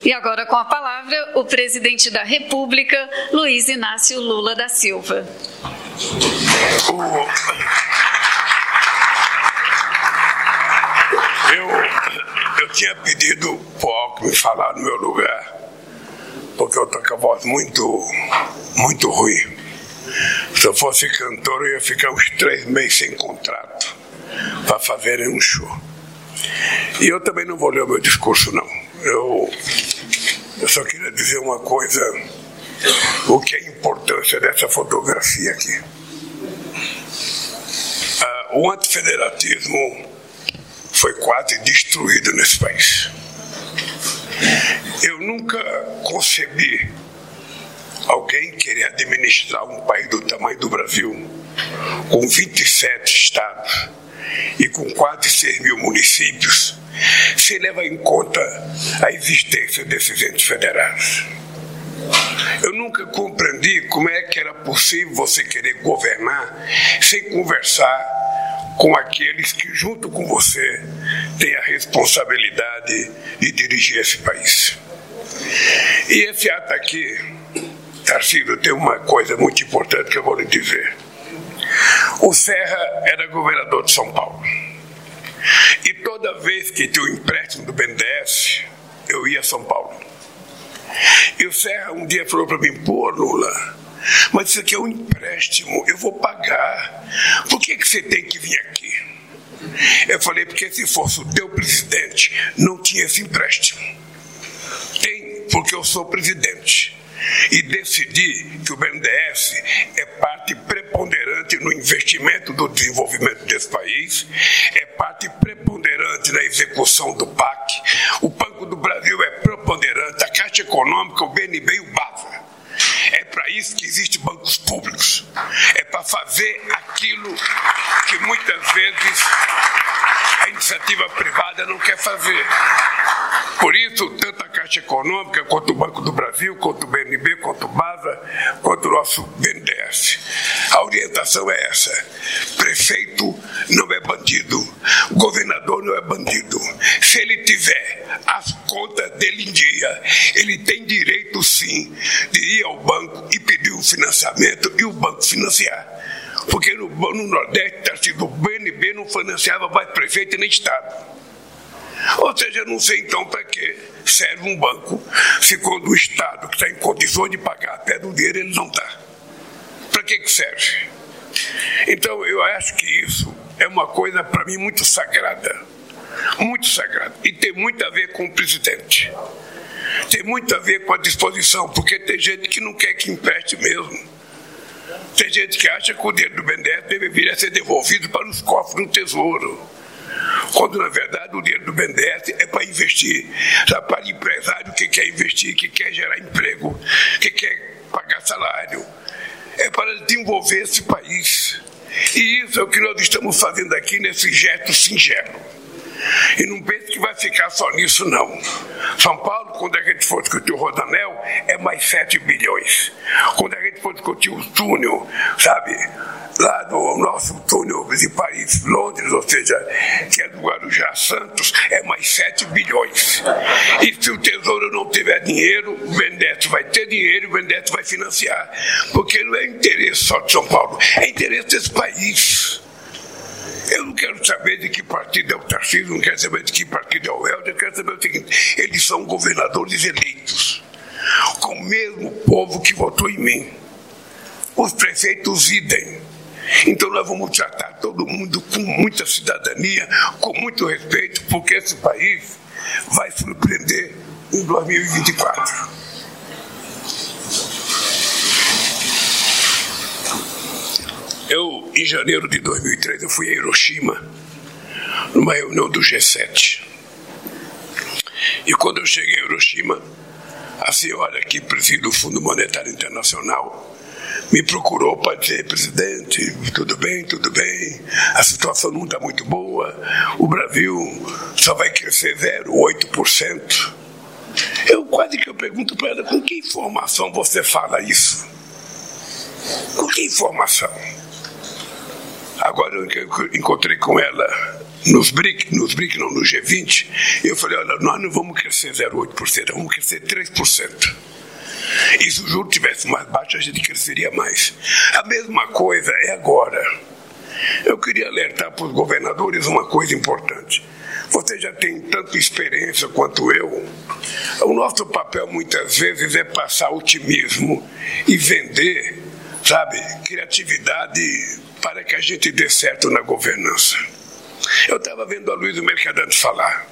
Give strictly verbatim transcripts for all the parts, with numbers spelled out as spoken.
E agora com a palavra o presidente da República, Luiz Inácio Lula da Silva. Eu, eu tinha pedido para o Alckmin falar no meu lugar, porque eu estou com a voz muito, muito ruim. Se eu fosse cantor, eu ia ficar uns três meses sem contrato para fazerem um show. E eu também não vou ler o meu discurso, não. Eu, eu só queria dizer uma coisa, o que é a importância dessa fotografia aqui. Ah, o antifederatismo foi quase destruído nesse país. Eu nunca concebi alguém querer administrar um país do tamanho do Brasil, com vinte e sete estados e com quase seis mil municípios, se leva em conta a existência desses entes federados. Eu nunca compreendi como é que era possível você querer governar sem conversar com aqueles que, junto com você, têm a responsabilidade de dirigir esse país. E esse ato aqui, Tarcísio, tem uma coisa muito importante que eu vou lhe dizer. O Serra era governador de São Paulo. E toda vez que tinha o empréstimo do B N D E S, eu ia a São Paulo. E o Serra um dia falou para mim: pô, Lula, mas isso aqui é um empréstimo, eu vou pagar. Por que que você tem que vir aqui? Eu falei: porque se fosse o teu presidente, não tinha esse empréstimo. Tem, porque eu sou presidente. E decidi que o B N D E S é parte preponderante no investimento do desenvolvimento desse país, é parte preponderante na execução do P A C, o Banco do Brasil é preponderante, a Caixa Econômica, o B N B e o BAVA. É para isso que existem bancos públicos, é para fazer aquilo que muitas vezes a iniciativa privada não quer fazer. Por isso, tanto a Caixa Econômica, quanto o Banco do Brasil, quanto o B N B, quanto o BAVA, quanto o nosso B N D E S. A orientação é essa: prefeito não é bandido, governador não é bandido. Se ele tiver as contas dele em dia, ele tem direito sim de ir ao banco e pedir um financiamento e o banco financiar. Porque no, no Nordeste, o B N B não financiava mais prefeito nem Estado. Ou seja, eu não sei então para que serve um banco se quando o Estado que está em condições de pagar pede o dinheiro, ele não dá. Para que que serve? Então eu acho que isso é uma coisa para mim muito sagrada, muito sagrada, e tem muito a ver com o presidente, tem muito a ver com a disposição, porque tem gente que não quer que empreste mesmo. Tem gente que acha que o dinheiro do B N D E S deveria ser devolvido para os cofres do Tesouro, quando na verdade o dinheiro do B N D E S é para investir, sabe, para empresário que quer investir, que quer gerar emprego, que quer pagar salário, é para desenvolver esse país. E isso é o que nós estamos fazendo aqui nesse gesto singelo. E não pense que vai ficar só nisso, não. São Paulo, quando a gente for discutir o Rodanel, é mais sete bilhões. Quando a gente for discutir o túnel, sabe, lá no nosso túnel de Paris, Londres, ou seja, que é do Guarujá a Santos, é mais sete bilhões. E se o Tesouro não tiver dinheiro, o B N D E S vai ter dinheiro e o B N D E S vai financiar. Porque não é interesse só de São Paulo, é interesse desse país. Eu não quero saber de que partido é o Tarcísio, não quero saber de que partido é o Helder, eu quero saber o seguinte: eles são governadores eleitos, com o mesmo povo que votou em mim. Os prefeitos idem. Então nós vamos tratar todo mundo com muita cidadania, com muito respeito, porque esse país vai surpreender em dois mil e vinte e quatro. Eu, em janeiro de dois mil e três, eu fui a Hiroshima, numa reunião do G sete. E quando eu cheguei a Hiroshima, a senhora que preside o Fundo Monetário Internacional me procurou para dizer: presidente, tudo bem, tudo bem, a situação não está muito boa, o Brasil só vai crescer zero vírgula oito por cento. Eu quase que eu pergunto para ela: com que informação você fala isso? Com que informação? Agora eu encontrei com ela nos BRIC, nos BRIC não, no G vinte, eu falei, olha, nós não vamos crescer zero vírgula oito por cento, vamos crescer três por cento. E se o juro tivesse mais baixo, a gente cresceria mais. A mesma coisa é agora. Eu queria alertar para os governadores uma coisa importante. Você já tem tanta experiência quanto eu. O nosso papel, muitas vezes, é passar otimismo e vender, sabe, criatividade para que a gente dê certo na governança. Eu estava vendo a Luísa Mercadante falar.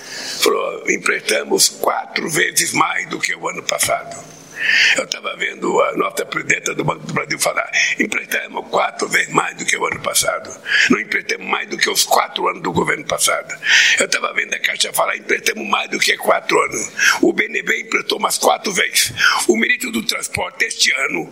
Falou, emprestamos quatro vezes mais do que o ano passado. Eu estava vendo a nossa presidenta do Banco do Brasil falar, emprestamos quatro vezes mais do que o ano passado. Não emprestamos mais do que os quatro anos do governo passado. Eu estava vendo a Caixa falar, emprestamos mais do que quatro anos. O B N B emprestou umas quatro vezes. O ministro do Transporte, este ano,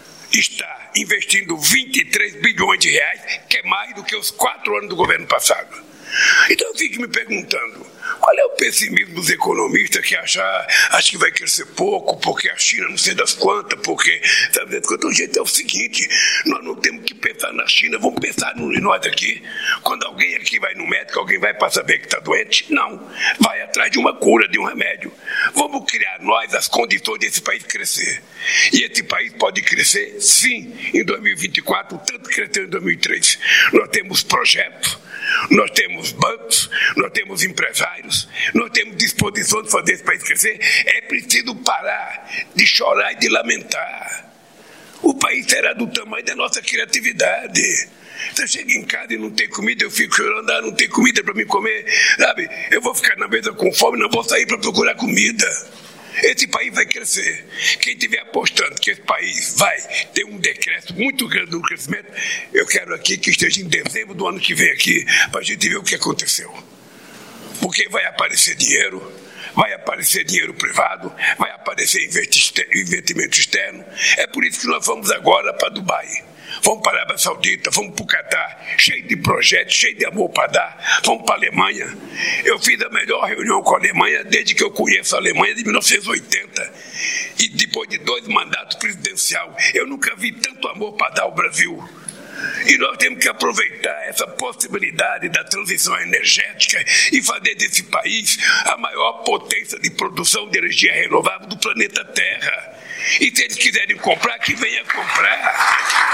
está investindo vinte e três bilhões de reais, que é mais do que os quatro anos do governo passado. Então eu fico me perguntando, qual é o pessimismo dos economistas que acham, acham que vai crescer pouco, porque a China não sei das quantas, porque... Sabe, o jeito é o seguinte, nós não temos que pensar na China, vamos pensar em nós aqui. Quando alguém aqui vai no médico, alguém vai para saber que está doente? Não, vai atrás de uma cura, de um remédio. Vamos criar nós as condições desse país crescer. E esse país pode crescer, sim, em dois mil e vinte e quatro, tanto cresceu em dois mil e três. Nós temos projetos, nós temos bancos, nós temos empresários, nós temos disposição de fazer esse país crescer. É preciso parar de chorar e de lamentar. O país será do tamanho da nossa criatividade. Se eu chego em casa e não tem comida, eu fico chorando, ah, não tem comida para me comer, sabe? Eu vou ficar na mesa com fome, não vou sair para procurar comida. Esse país vai crescer. Quem estiver apostando que esse país vai ter um decréscimo muito grande no crescimento, eu quero aqui que esteja em dezembro do ano que vem aqui, para a gente ver o que aconteceu. Porque vai aparecer dinheiro, vai aparecer dinheiro privado, vai aparecer investimento externo. É por isso que nós vamos agora para Dubai. Vamos para a Arábia Saudita, vamos para o Catar, cheio de projetos, cheio de amor para dar. Vamos para a Alemanha. Eu fiz a melhor reunião com a Alemanha desde que eu conheço a Alemanha, de mil novecentos e oitenta. E depois de dois mandatos presidenciais, eu nunca vi tanto amor para dar ao Brasil. E nós temos que aproveitar essa possibilidade da transição energética e fazer desse país a maior potência de produção de energia renovável do planeta Terra. E se eles quiserem comprar, que venha comprar.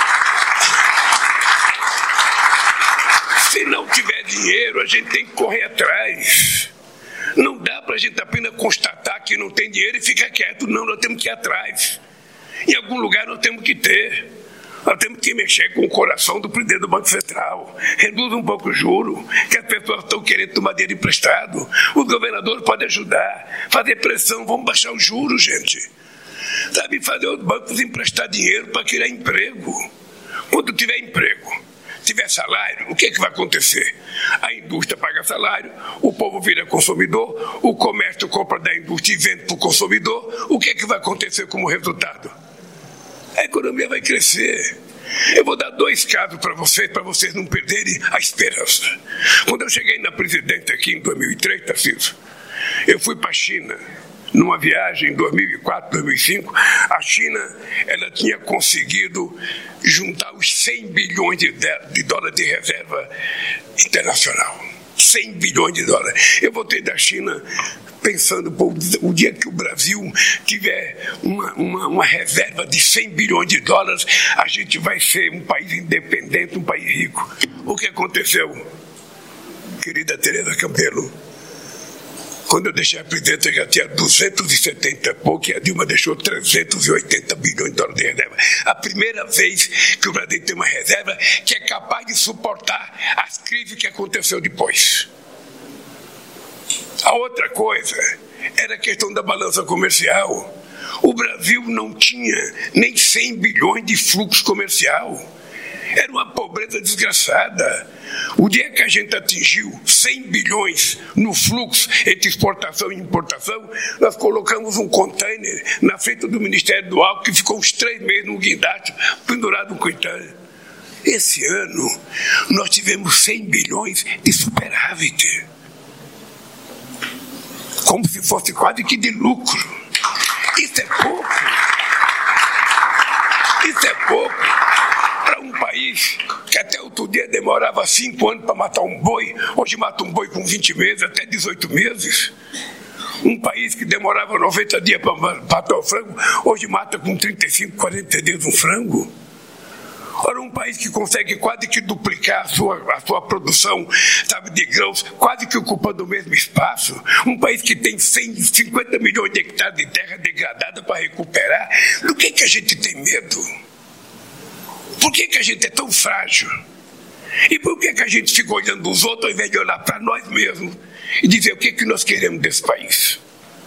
Se não tiver dinheiro, a gente tem que correr atrás. Não dá para a gente apenas constatar que não tem dinheiro e ficar quieto. Não, nós temos que ir atrás. Em algum lugar nós temos que ter. Nós temos que mexer com o coração do presidente do Banco Central. Reduz um pouco o juro, que as pessoas estão querendo tomar dinheiro emprestado. Os governadores podem ajudar, fazer pressão, vamos baixar os juros, gente. Sabe, fazer os bancos emprestar dinheiro para criar emprego. Quando tiver emprego, tiver salário, o que, é que vai acontecer? A indústria paga salário, o povo vira consumidor, o comércio compra da indústria e vende para o consumidor. O que, é que vai acontecer como resultado? A economia vai crescer. Eu vou dar dois casos para vocês, para vocês não perderem a esperança. Quando eu cheguei na presidência aqui em dois mil e três, Tarcísio, eu fui para a China, numa viagem em dois mil e quatro, dois mil e cinco. A China, ela tinha conseguido juntar os cem bilhões de, de dólares de reserva internacional. cem bilhões de dólares. Eu voltei da China pensando, pô, o dia que o Brasil tiver uma, uma, uma reserva de cem bilhões de dólares, a gente vai ser um país independente, um país rico. O que aconteceu, querida Tereza Campelo? Quando eu deixei a presidência, já tinha duzentos e setenta e pouco, e a Dilma deixou trezentos e oitenta bilhões de dólares de reserva. A primeira vez que o Brasil tem uma reserva que é capaz de suportar as crises que aconteceu depois. A outra coisa era a questão da balança comercial. O Brasil não tinha nem cem bilhões de fluxo comercial. Era uma pobreza desgraçada. O dia que a gente atingiu cem bilhões no fluxo entre exportação e importação, nós colocamos um container na frente do Ministério do Álcool que ficou uns três meses no guindaste, pendurado no container. Esse ano, nós tivemos cem bilhões de superávit. Como se fosse quase que de lucro. Isso é pouco. Isso é pouco para um país país que até outro dia demorava cinco anos para matar um boi, hoje mata um boi com vinte meses, até dezoito meses. Um país que demorava noventa dias para matar o frango, hoje mata com trinta e cinco, quarenta dias um frango. Ora, um país que consegue quase que duplicar a sua, a sua produção, sabe, de grãos, quase que ocupando o mesmo espaço. Um país que tem cento e cinquenta milhões de hectares de terra degradada para recuperar. Do que, que a gente tem medo? Por que, que a gente é tão frágil? E por que, que a gente fica olhando os outros ao invés de olhar para nós mesmos e dizer o que, que nós queremos desse país?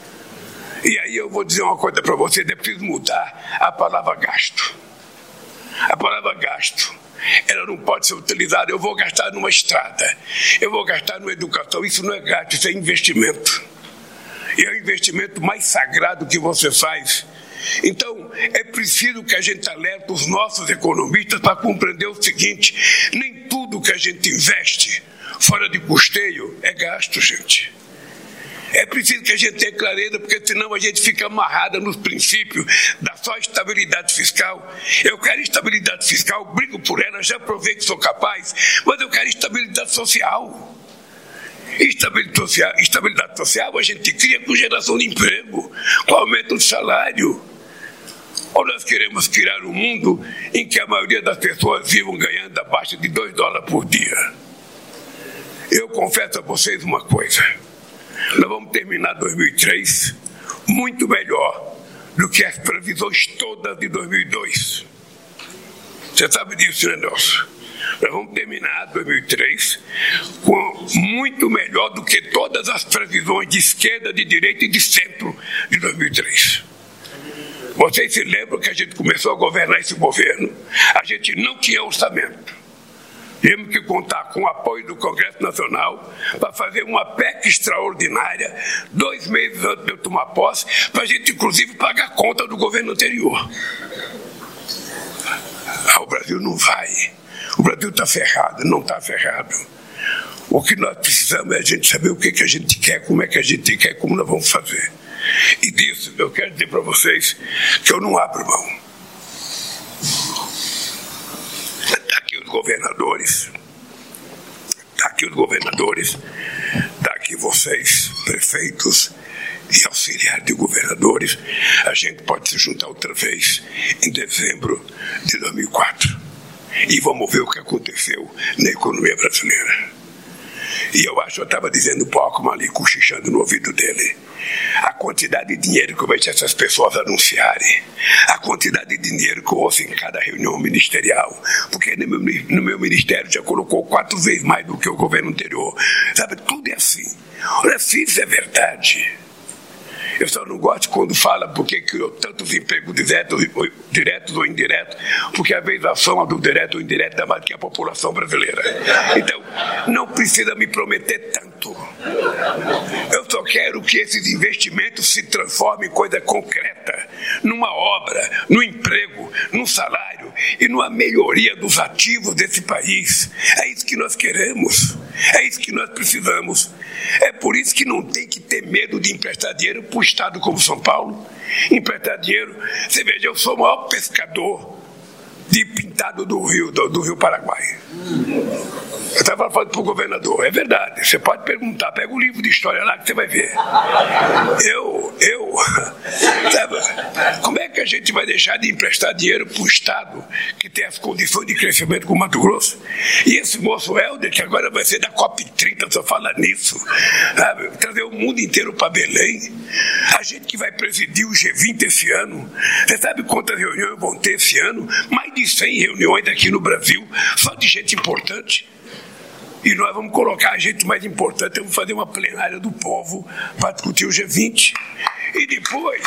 E aí eu vou dizer uma coisa para vocês, é preciso mudar a palavra gasto. A palavra gasto, ela não pode ser utilizada, eu vou gastar numa estrada, eu vou gastar numa educação, isso não é gasto, isso é investimento. E é o investimento mais sagrado que você faz. Então, é preciso que a gente alerte os nossos economistas para compreender o seguinte: nem tudo que a gente investe fora de custeio é gasto, gente. É preciso que a gente tenha clareza, porque senão a gente fica amarrada nos princípios da só estabilidade fiscal. Eu quero estabilidade fiscal, brigo por ela, já provei que sou capaz, mas eu quero estabilidade social. Estabilidade social, estabilidade social a gente cria com geração de emprego, com aumento do salário. Ou nós queremos criar um mundo em que a maioria das pessoas vivam ganhando abaixo de dois dólares por dia? Eu confesso a vocês uma coisa: nós vamos terminar dois mil e três muito melhor do que as previsões todas de dois mil e dois. Você sabe disso, né, Nelson? Nós vamos terminar dois mil e três com muito melhor do que todas as previsões de esquerda, de direita e de centro de dois mil e três. Vocês se lembram que a gente começou a governar esse governo? A gente não tinha orçamento. Temos que contar com o apoio do Congresso Nacional para fazer uma P E C extraordinária, dois meses antes de eu tomar posse, para a gente, inclusive, pagar a conta do governo anterior. Ah, o Brasil não vai. O Brasil está ferrado, não está ferrado. O que nós precisamos é a gente saber o que, que a gente quer, como é que a gente quer, como nós vamos fazer. E disso eu quero dizer para vocês que eu não abro mão. Governadores, está aqui os governadores, está aqui vocês, prefeitos e auxiliares de governadores. A gente pode se juntar outra vez em dezembro de dois mil e quatro e vamos ver o que aconteceu na economia brasileira. E eu acho, eu estava dizendo para o Alckmin ali, cochichando no ouvido dele, a quantidade de dinheiro que eu vejo essas pessoas anunciarem, a quantidade de dinheiro que eu ouço em cada reunião ministerial, porque no meu, no meu ministério já colocou quatro vezes mais do que o governo anterior. Sabe, tudo é assim. Olha, se isso é verdade, eu só não gosto quando fala porque criou tantos empregos diretos, diretos ou indiretos, porque às vezes a soma do direto ou indireto é mais que a população brasileira. Então, não precisa me prometer tanto. Eu só quero que esses investimentos se transformem em coisa concreta, numa obra, no emprego, no salário e numa melhoria dos ativos desse país. É isso que nós queremos, é isso que nós precisamos. É por isso que não tem que ter medo de emprestar dinheiro para o estado como São Paulo. Emprestar dinheiro, você veja, eu sou o maior pescador de pintado do rio, do, do rio Paraguai. Eu estava falando para o governador, é verdade, você pode perguntar, pega o livro de história lá que você vai ver. Eu, eu, sabe, como é que a gente vai deixar de emprestar dinheiro para o estado que tem as condições de crescimento com o Mato Grosso? E esse moço Helder, que agora vai ser da COP trinta, só fala nisso, sabe, trazer o mundo inteiro para Belém. A gente que vai presidir o G vinte esse ano, você sabe quantas reuniões vão ter esse ano? Mais de cem reuniões aqui no Brasil, só de gente importante. E nós vamos colocar a gente mais importante, vamos fazer uma plenária do povo para discutir o G vinte. E depois,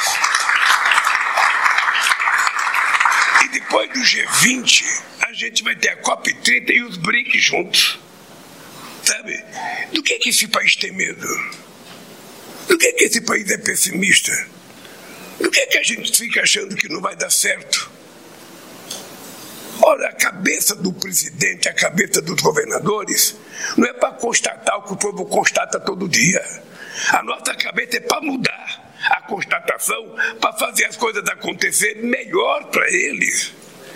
e depois do G vinte, a gente vai ter a COP trinta e os BRICS juntos. Sabe? Do que, que esse país tem medo? Do que, que esse país é pessimista? Do que, que a gente fica achando que não vai dar certo? Olha, a cabeça do presidente, a cabeça dos governadores, não é para constatar o que o povo constata todo dia. A nossa cabeça é para mudar a constatação, para fazer as coisas acontecer melhor para eles.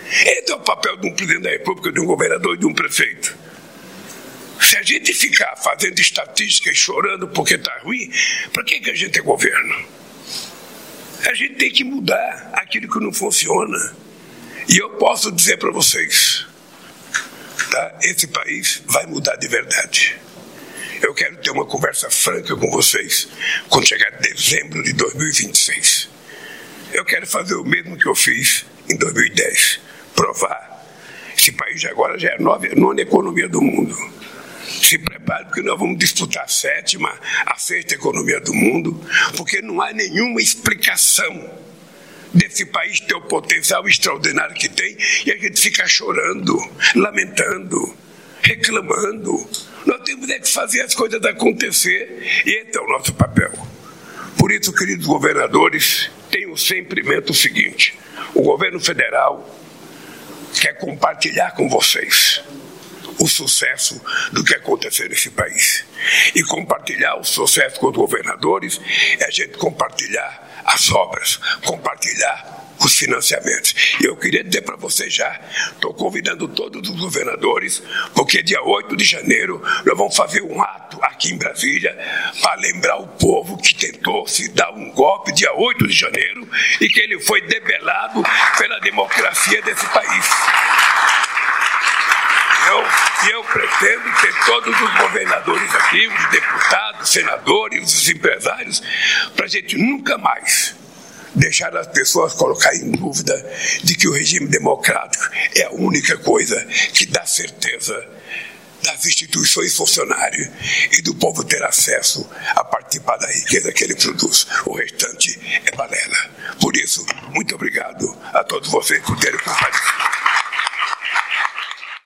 Esse é o papel de um presidente da República, de um governador e de um prefeito. Se a gente ficar fazendo estatística e chorando porque está ruim, para que, que a gente é governo? A gente tem que mudar aquilo que não funciona. E eu posso dizer para vocês, tá? Esse país vai mudar de verdade. Eu quero ter uma conversa franca com vocês quando chegar dezembro de dois mil e vinte e seis. Eu quero fazer o mesmo que eu fiz em dois mil e dez. Provar. Esse país agora já é a nova, nona economia do mundo. Se prepare, porque nós vamos disputar a sétima, a sexta economia do mundo, porque não há nenhuma explicação desse país ter o potencial extraordinário que tem e a gente fica chorando, lamentando, reclamando. Nós temos é que fazer as coisas acontecer e esse é o nosso papel. Por isso, queridos governadores, tenham sempre em mente o seguinte: o governo federal quer compartilhar com vocês o sucesso do que aconteceu nesse país. E compartilhar o sucesso com os governadores é a gente compartilhar as obras, compartilhar os financiamentos. E eu queria dizer para vocês já, estou convidando todos os governadores, porque dia oito de janeiro nós vamos fazer um ato aqui em Brasília para lembrar o povo que tentou se dar um golpe dia oito de janeiro e que ele foi debelado pela democracia desse país. Eu, eu pretendo ter todos os governadores aqui, os deputados, senadores, os empresários, para a gente nunca mais deixar as pessoas colocar em dúvida de que o regime democrático é a única coisa que dá certeza das instituições funcionárias e do povo ter acesso a participar da riqueza que ele produz. O restante é balela. Por isso, muito obrigado a todos vocês por terem comparecido.